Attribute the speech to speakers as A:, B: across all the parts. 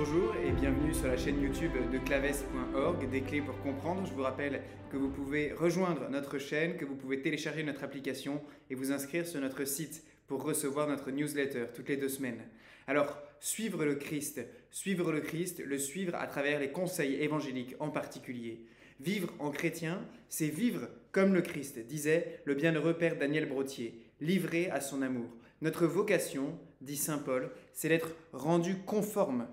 A: Bonjour et bienvenue sur la chaîne YouTube de claves.org, des clés pour comprendre. Je vous rappelle que vous pouvez rejoindre notre chaîne, que vous pouvez télécharger notre application et vous inscrire sur notre site pour recevoir notre newsletter toutes les 2 semaines. Alors, suivre le Christ, le suivre à travers les conseils évangéliques en particulier. Vivre en chrétien, c'est vivre comme le Christ, disait le bienheureux Père Daniel Brottier, livré à son amour. Notre vocation, dit saint Paul, c'est d'être rendu conforme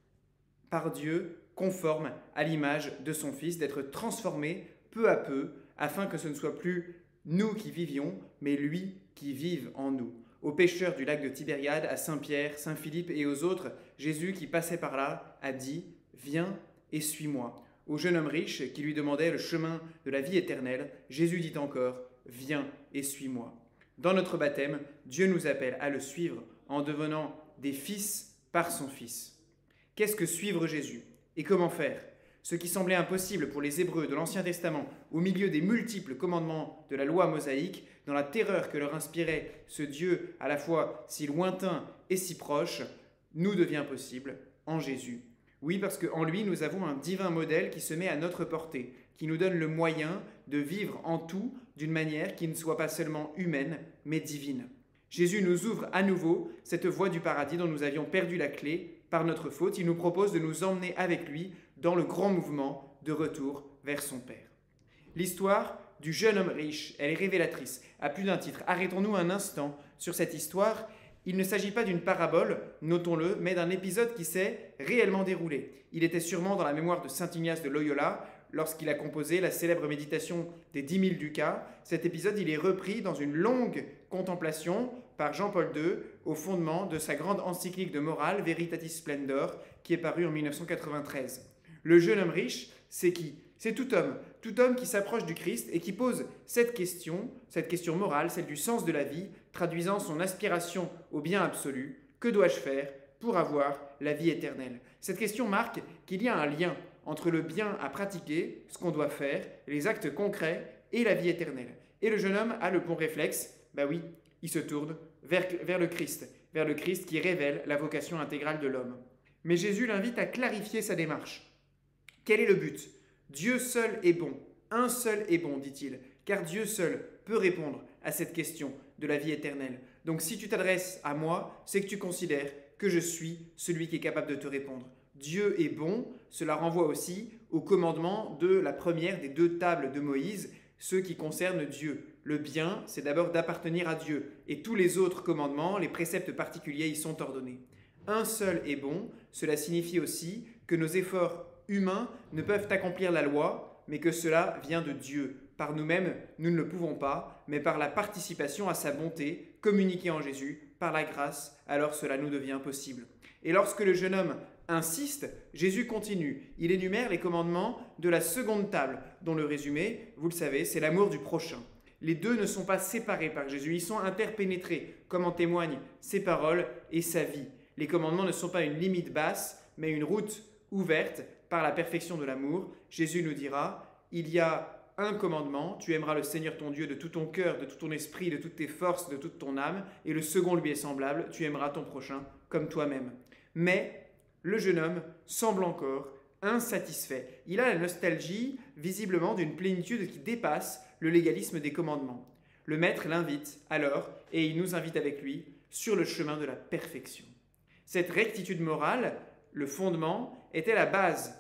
A: par Dieu, conforme à l'image de son Fils, d'être transformé peu à peu, afin que ce ne soit plus nous qui vivions, mais lui qui vive en nous. Aux pêcheurs du lac de Tibériade, à Saint-Pierre, Saint-Philippe et aux autres, Jésus qui passait par là a dit « Viens et suis-moi ». Au jeune homme riche qui lui demandait le chemin de la vie éternelle, Jésus dit encore « Viens et suis-moi ». Dans notre baptême, Dieu nous appelle à le suivre en devenant des fils par son Fils. Qu'est-ce que suivre Jésus? Et comment faire? Ce qui semblait impossible pour les Hébreux de l'Ancien Testament, au milieu des multiples commandements de la loi mosaïque, dans la terreur que leur inspirait ce Dieu à la fois si lointain et si proche, nous devient possible en Jésus. Oui, parce qu'en lui, nous avons un divin modèle qui se met à notre portée, qui nous donne le moyen de vivre en tout d'une manière qui ne soit pas seulement humaine, mais divine. Jésus nous ouvre à nouveau cette voie du paradis dont nous avions perdu la clé par notre faute. Il nous propose de nous emmener avec lui dans le grand mouvement de retour vers son Père. L'histoire du jeune homme riche, elle est révélatrice, à plus d'un titre. Arrêtons-nous un instant sur cette histoire. Il ne s'agit pas d'une parabole, notons-le, mais d'un épisode qui s'est réellement déroulé. Il était sûrement dans la mémoire de saint Ignace de Loyola, lorsqu'il a composé la célèbre méditation des 10 000 ducats. Cet épisode, il est repris dans une longue contemplation par Jean-Paul II au fondement de sa grande encyclique de morale, Veritatis Splendor, qui est parue en 1993. Le jeune homme riche, c'est qui? C'est tout homme qui s'approche du Christ et qui pose cette question morale, celle du sens de la vie, traduisant son aspiration au bien absolu. Que dois-je faire pour avoir la vie éternelle? Cette question marque qu'il y a un lien entre le bien à pratiquer, ce qu'on doit faire, les actes concrets et la vie éternelle. Et le jeune homme a le bon réflexe, oui, il se tourne vers le Christ qui révèle la vocation intégrale de l'homme. Mais Jésus l'invite à clarifier sa démarche. Quel est le but? Dieu seul est bon, un seul est bon, dit-il, car Dieu seul peut répondre à cette question de la vie éternelle. Donc si tu t'adresses à moi, c'est que tu considères que je suis celui qui est capable de te répondre. Dieu est bon, cela renvoie aussi au commandement de la première des 2 tables de Moïse, ceux qui concernent Dieu. Le bien, c'est d'abord d'appartenir à Dieu, et tous les autres commandements, les préceptes particuliers y sont ordonnés. Un seul est bon, cela signifie aussi que nos efforts humains ne peuvent accomplir la loi, mais que cela vient de Dieu. Par nous-mêmes, nous ne le pouvons pas, mais par la participation à sa bonté, communiquée en Jésus, par la grâce, alors cela nous devient possible. Et lorsque le jeune homme insiste, Jésus continue. Il énumère les commandements de la seconde table, dont le résumé, vous le savez, c'est l'amour du prochain. Les deux ne sont pas séparés par Jésus, ils sont interpénétrés, comme en témoignent ses paroles et sa vie. Les commandements ne sont pas une limite basse, mais une route ouverte par la perfection de l'amour. Jésus nous dira, il y a un commandement, tu aimeras le Seigneur ton Dieu de tout ton cœur, de tout ton esprit, de toutes tes forces, de toute ton âme, et le second lui est semblable, tu aimeras ton prochain comme toi-même. Mais le jeune homme semble encore insatisfait. Il a la nostalgie, visiblement, d'une plénitude qui dépasse le légalisme des commandements. Le maître l'invite alors, et il nous invite avec lui, sur le chemin de la perfection. Cette rectitude morale, le fondement, était la base,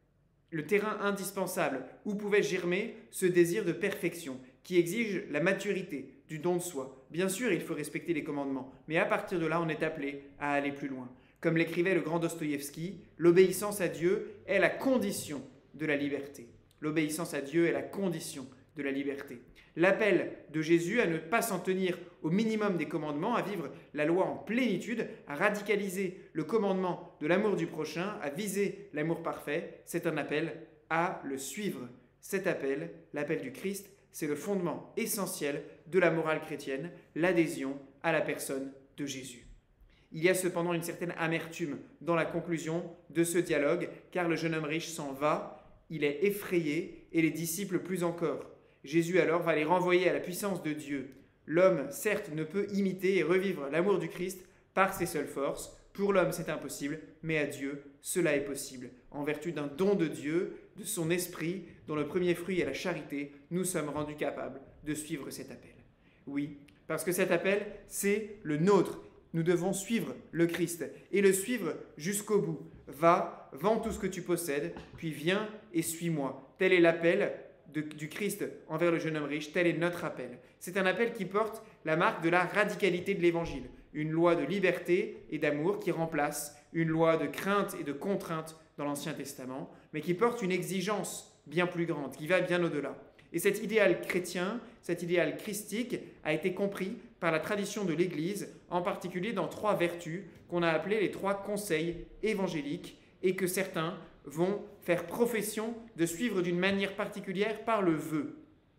A: le terrain indispensable où pouvait germer ce désir de perfection qui exige la maturité du don de soi. Bien sûr, il faut respecter les commandements, mais à partir de là, on est appelé à aller plus loin. Comme l'écrivait le grand Dostoïevski, l'obéissance à Dieu est la condition de la liberté. L'obéissance à Dieu est la condition de la liberté. L'appel de Jésus à ne pas s'en tenir au minimum des commandements, à vivre la loi en plénitude, à radicaliser le commandement de l'amour du prochain, à viser l'amour parfait, c'est un appel à le suivre. Cet appel, l'appel du Christ, c'est le fondement essentiel de la morale chrétienne, l'adhésion à la personne de Jésus. Il y a cependant une certaine amertume dans la conclusion de ce dialogue, car le jeune homme riche s'en va, il est effrayé et les disciples plus encore. Jésus alors va les renvoyer à la puissance de Dieu. L'homme, certes, ne peut imiter et revivre l'amour du Christ par ses seules forces. Pour l'homme, c'est impossible, mais à Dieu, cela est possible. En vertu d'un don de Dieu, de son esprit, dont le premier fruit est la charité, nous sommes rendus capables de suivre cet appel. Oui, parce que cet appel, c'est le nôtre. Nous devons suivre le Christ et le suivre jusqu'au bout. Va, vends tout ce que tu possèdes, puis viens et suis-moi. Tel est l'appel du Christ envers le jeune homme riche, tel est notre appel. C'est un appel qui porte la marque de la radicalité de l'Évangile, une loi de liberté et d'amour qui remplace une loi de crainte et de contrainte dans l'Ancien Testament, mais qui porte une exigence bien plus grande, qui va bien au-delà. Et cet idéal chrétien, cet idéal christique a été compris par la tradition de l'Église, en particulier dans 3 vertus qu'on a appelées les 3 conseils évangéliques et que certains vont faire profession de suivre d'une manière particulière par le vœu.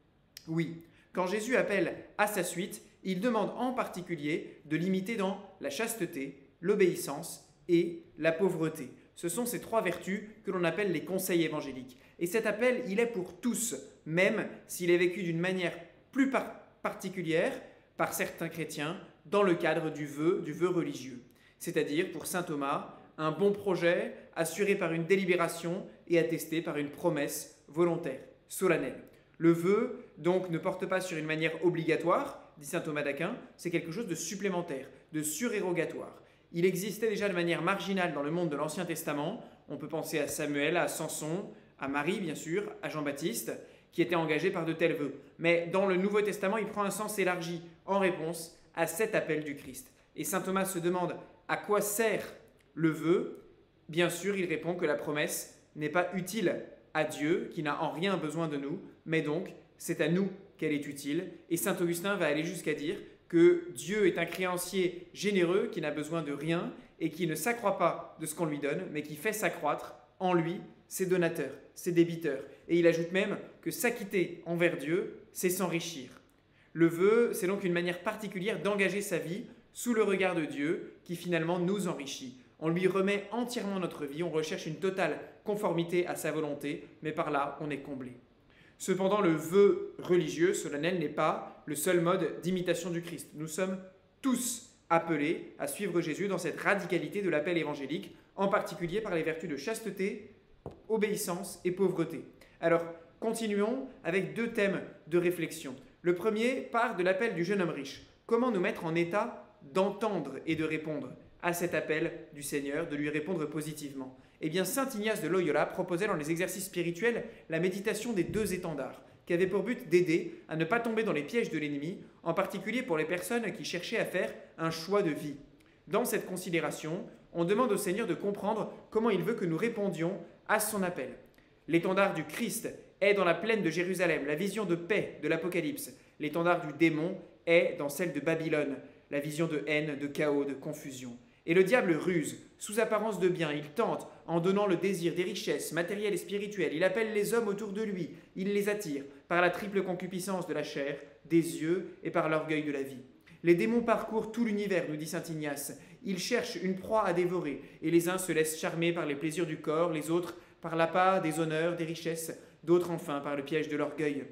A: Oui, quand Jésus appelle à sa suite, il demande en particulier de l'imiter dans la chasteté, l'obéissance et la pauvreté. Ce sont ces 3 vertus que l'on appelle les conseils évangéliques. Et cet appel, il est pour tous, même s'il est vécu d'une manière plus particulière par certains chrétiens dans le cadre du vœu religieux. C'est-à-dire, pour saint Thomas, un bon projet assuré par une délibération et attesté par une promesse volontaire, solennelle. Le vœu, donc, ne porte pas sur une manière obligatoire, dit saint Thomas d'Aquin, c'est quelque chose de supplémentaire, de surérogatoire. Il existait déjà de manière marginale dans le monde de l'Ancien Testament. On peut penser à Samuel, à Samson, à Marie, bien sûr, à Jean-Baptiste, qui étaient engagés par de tels vœux. Mais dans le Nouveau Testament, il prend un sens élargi en réponse à cet appel du Christ. Et saint Thomas se demande à quoi sert le vœu. Bien sûr, il répond que la promesse n'est pas utile à Dieu, qui n'a en rien besoin de nous, mais donc c'est à nous qu'elle est utile. Et saint Augustin va aller jusqu'à dire que Dieu est un créancier généreux qui n'a besoin de rien et qui ne s'accroît pas de ce qu'on lui donne, mais qui fait s'accroître en lui ses donateurs, ses débiteurs. Et il ajoute même que s'acquitter envers Dieu, c'est s'enrichir. Le vœu, c'est donc une manière particulière d'engager sa vie sous le regard de Dieu qui finalement nous enrichit. On lui remet entièrement notre vie, on recherche une totale conformité à sa volonté, mais par là, on est comblé. Cependant, le vœu religieux, solennel, n'est pas le seul mode d'imitation du Christ. Nous sommes tous appelés à suivre Jésus dans cette radicalité de l'appel évangélique, en particulier par les vertus de chasteté, obéissance et pauvreté. Alors, continuons avec 2 thèmes de réflexion. Le premier part de l'appel du jeune homme riche. Comment nous mettre en état d'entendre et de répondre à cet appel du Seigneur, de lui répondre positivement? Eh bien, saint Ignace de Loyola proposait dans les exercices spirituels la méditation des 2 étendards, qui avait pour but d'aider à ne pas tomber dans les pièges de l'ennemi, en particulier pour les personnes qui cherchaient à faire un choix de vie. Dans cette considération, on demande au Seigneur de comprendre comment il veut que nous répondions à son appel. L'étendard du Christ est dans la plaine de Jérusalem, la vision de paix de l'Apocalypse. L'étendard du démon est dans celle de Babylone, la vision de haine, de chaos, de confusion. Et le diable ruse, sous apparence de bien, il tente, en donnant le désir des richesses matérielles et spirituelles, il appelle les hommes autour de lui, il les attire par la triple concupiscence de la chair, des yeux et par l'orgueil de la vie. Les démons parcourent tout l'univers, nous dit saint Ignace. Ils cherchent une proie à dévorer, et les uns se laissent charmer par les plaisirs du corps, les autres par l'appât des honneurs, des richesses, d'autres enfin par le piège de l'orgueil.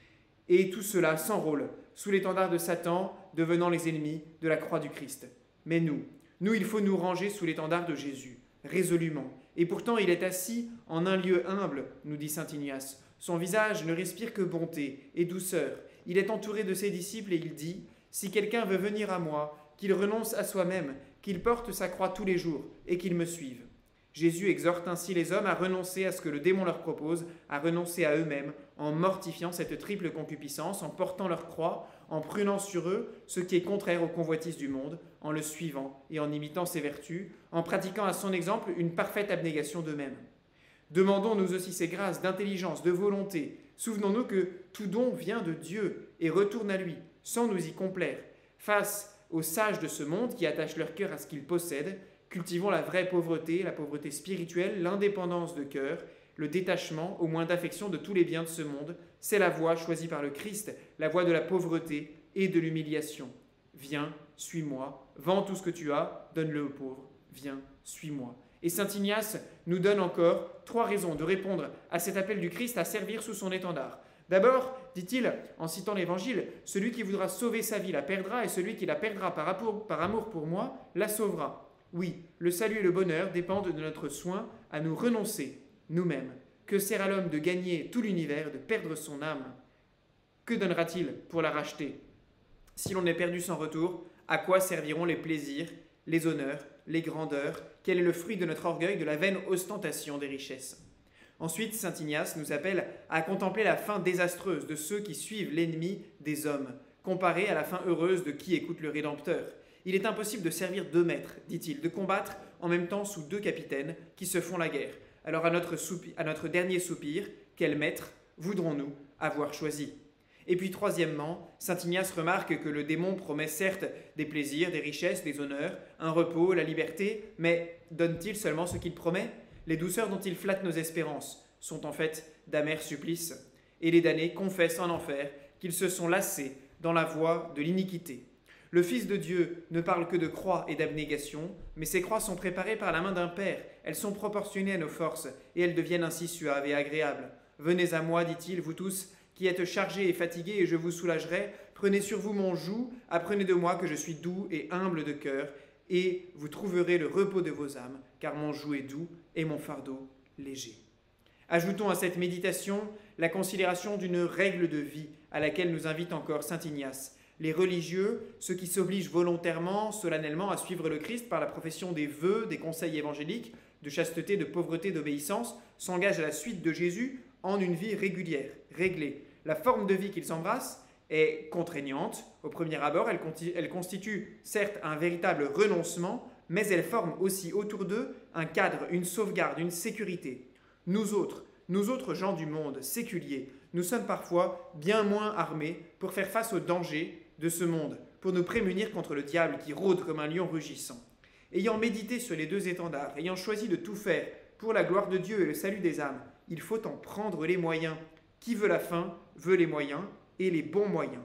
A: Et tout cela s'enrôle sous l'étendard de Satan, devenant les ennemis de la croix du Christ. Mais nous, il faut nous ranger sous l'étendard de Jésus, résolument. Et pourtant, il est assis en un lieu humble, nous dit saint Ignace. Son visage ne respire que bonté et douceur. Il est entouré de ses disciples et il dit « Si quelqu'un veut venir à moi, qu'il renonce à soi-même, qu'il porte sa croix tous les jours et qu'il me suive. » Jésus exhorte ainsi les hommes à renoncer à ce que le démon leur propose, à renoncer à eux-mêmes, en mortifiant cette triple concupiscence, en portant leur croix, en prunant sur eux ce qui est contraire aux convoitises du monde, en le suivant et en imitant ses vertus, en pratiquant à son exemple une parfaite abnégation d'eux-mêmes. Demandons-nous aussi ces grâces d'intelligence, de volonté. Souvenons-nous que tout don vient de Dieu et retourne à lui, sans nous y complaire. Face aux sages de ce monde qui attachent leur cœur à ce qu'ils possèdent, cultivons la vraie pauvreté, la pauvreté spirituelle, l'indépendance de cœur, le détachement, au moins d'affection de tous les biens de ce monde. C'est la voie choisie par le Christ, la voie de la pauvreté et de l'humiliation. Viens, suis-moi, vends tout ce que tu as, donne-le aux pauvres. Viens, suis-moi. Et saint Ignace nous donne encore 3 raisons de répondre à cet appel du Christ à servir sous son étendard. D'abord, dit-il, en citant l'Évangile, celui qui voudra sauver sa vie la perdra, et celui qui la perdra par amour pour moi la sauvera. Oui, le salut et le bonheur dépendent de notre soin à nous renoncer, nous-mêmes. Que sert à l'homme de gagner tout l'univers, de perdre son âme? Que donnera-t-il pour la racheter? Si l'on est perdu sans retour, à quoi serviront les plaisirs, les honneurs, les grandeurs? Quel est le fruit de notre orgueil, de la vaine ostentation des richesses? Ensuite, saint Ignace nous appelle à contempler la fin désastreuse de ceux qui suivent l'ennemi des hommes, comparée à la fin heureuse de qui écoute le Rédempteur. Il est impossible de servir deux maîtres, dit-il, de combattre en même temps sous deux capitaines qui se font la guerre. Alors à notre dernier soupir, quel maître voudrons-nous avoir choisi? Et puis troisièmement, saint Ignace remarque que le démon promet certes des plaisirs, des richesses, des honneurs, un repos, la liberté, mais donne-t-il seulement ce qu'il promet? Les douceurs dont il flatte nos espérances sont en fait d'amers supplices, et les damnés confessent en enfer qu'ils se sont lassés dans la voie de l'iniquité. Le Fils de Dieu ne parle que de croix et d'abnégation, mais ces croix sont préparées par la main d'un Père, elles sont proportionnées à nos forces, et elles deviennent ainsi suaves et agréables. Venez à moi, dit-il, vous tous, qui êtes chargés et fatigués, et je vous soulagerai. Prenez sur vous mon joug, apprenez de moi que je suis doux et humble de cœur, et vous trouverez le repos de vos âmes, car mon joug est doux et mon fardeau léger. Ajoutons à cette méditation la considération d'une règle de vie à laquelle nous invite encore saint Ignace. Les religieux, ceux qui s'obligent volontairement, solennellement à suivre le Christ par la profession des vœux, des conseils évangéliques, de chasteté, de pauvreté, d'obéissance, s'engagent à la suite de Jésus en une vie régulière, réglée. La forme de vie qu'ils embrassent est contraignante. Au premier abord, elle constitue certes un véritable renoncement, mais elle forme aussi autour d'eux un cadre, une sauvegarde, une sécurité. Nous autres gens du monde, séculiers, nous sommes parfois bien moins armés pour faire face aux dangers de ce monde, pour nous prémunir contre le diable qui rôde comme un lion rugissant. Ayant médité sur les deux étendards, ayant choisi de tout faire pour la gloire de Dieu et le salut des âmes, il faut en prendre les moyens. Qui veut la fin, veut les moyens, et les bons moyens.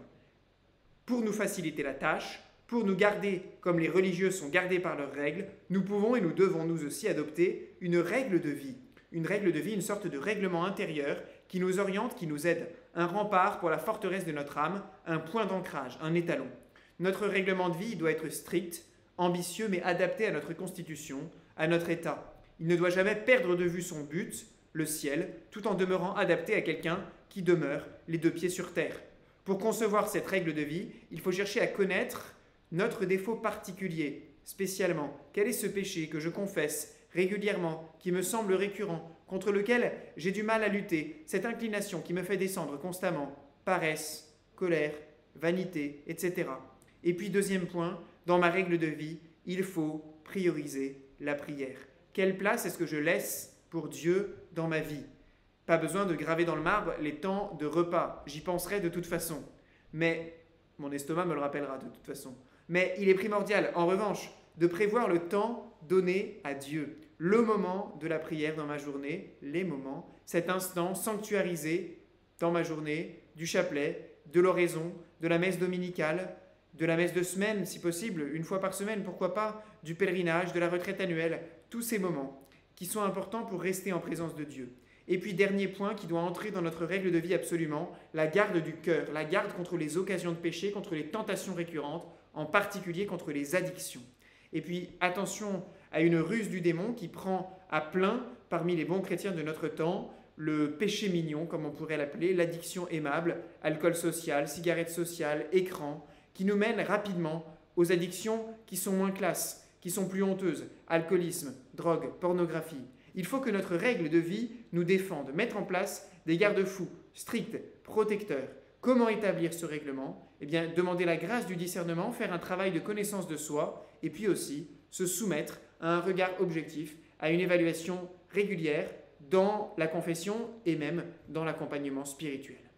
A: Pour nous faciliter la tâche, pour nous garder comme les religieux sont gardés par leurs règles, nous pouvons et nous devons nous aussi adopter une règle de vie. Une règle de vie, une sorte de règlement intérieur qui nous oriente, qui nous aide, un rempart pour la forteresse de notre âme, un point d'ancrage, un étalon. Notre règlement de vie doit être strict, ambitieux, mais adapté à notre constitution, à notre état. Il ne doit jamais perdre de vue son but, le ciel, tout en demeurant adapté à quelqu'un qui demeure les deux pieds sur terre. Pour concevoir cette règle de vie, il faut chercher à connaître notre défaut particulier, spécialement. Quel est ce péché que je confesse régulièrement, qui me semble récurrent, contre lequel j'ai du mal à lutter, cette inclination qui me fait descendre constamment, paresse, colère, vanité, etc. Et puis deuxième point, dans ma règle de vie, il faut prioriser la prière. Quelle place est-ce que je laisse pour Dieu dans ma vie? Pas besoin de graver dans le marbre les temps de repas, j'y penserai de toute façon. Mais mon estomac me le rappellera de toute façon. Mais il est primordial, en revanche, de prévoir le temps donné à Dieu, le moment de la prière dans ma journée, les moments, cet instant sanctuarisé dans ma journée, du chapelet, de l'oraison, de la messe dominicale, de la messe de semaine si possible, une fois par semaine, pourquoi pas, du pèlerinage, de la retraite annuelle, tous ces moments qui sont importants pour rester en présence de Dieu. Et puis dernier point qui doit entrer dans notre règle de vie absolument, la garde du cœur, la garde contre les occasions de péché, contre les tentations récurrentes, en particulier contre les addictions. Et puis attention à une ruse du démon qui prend à plein parmi les bons chrétiens de notre temps le péché mignon, comme on pourrait l'appeler, l'addiction aimable, alcool social, cigarette sociale, écran, qui nous mène rapidement aux addictions qui sont moins classes, qui sont plus honteuses, alcoolisme, drogue, pornographie. Il faut que notre règle de vie nous défende, mettre en place des garde-fous stricts, protecteurs. Comment établir ce règlement? Eh bien, demander la grâce du discernement, faire un travail de connaissance de soi, et puis aussi se soumettre à un regard objectif, à une évaluation régulière dans la confession et même dans l'accompagnement spirituel.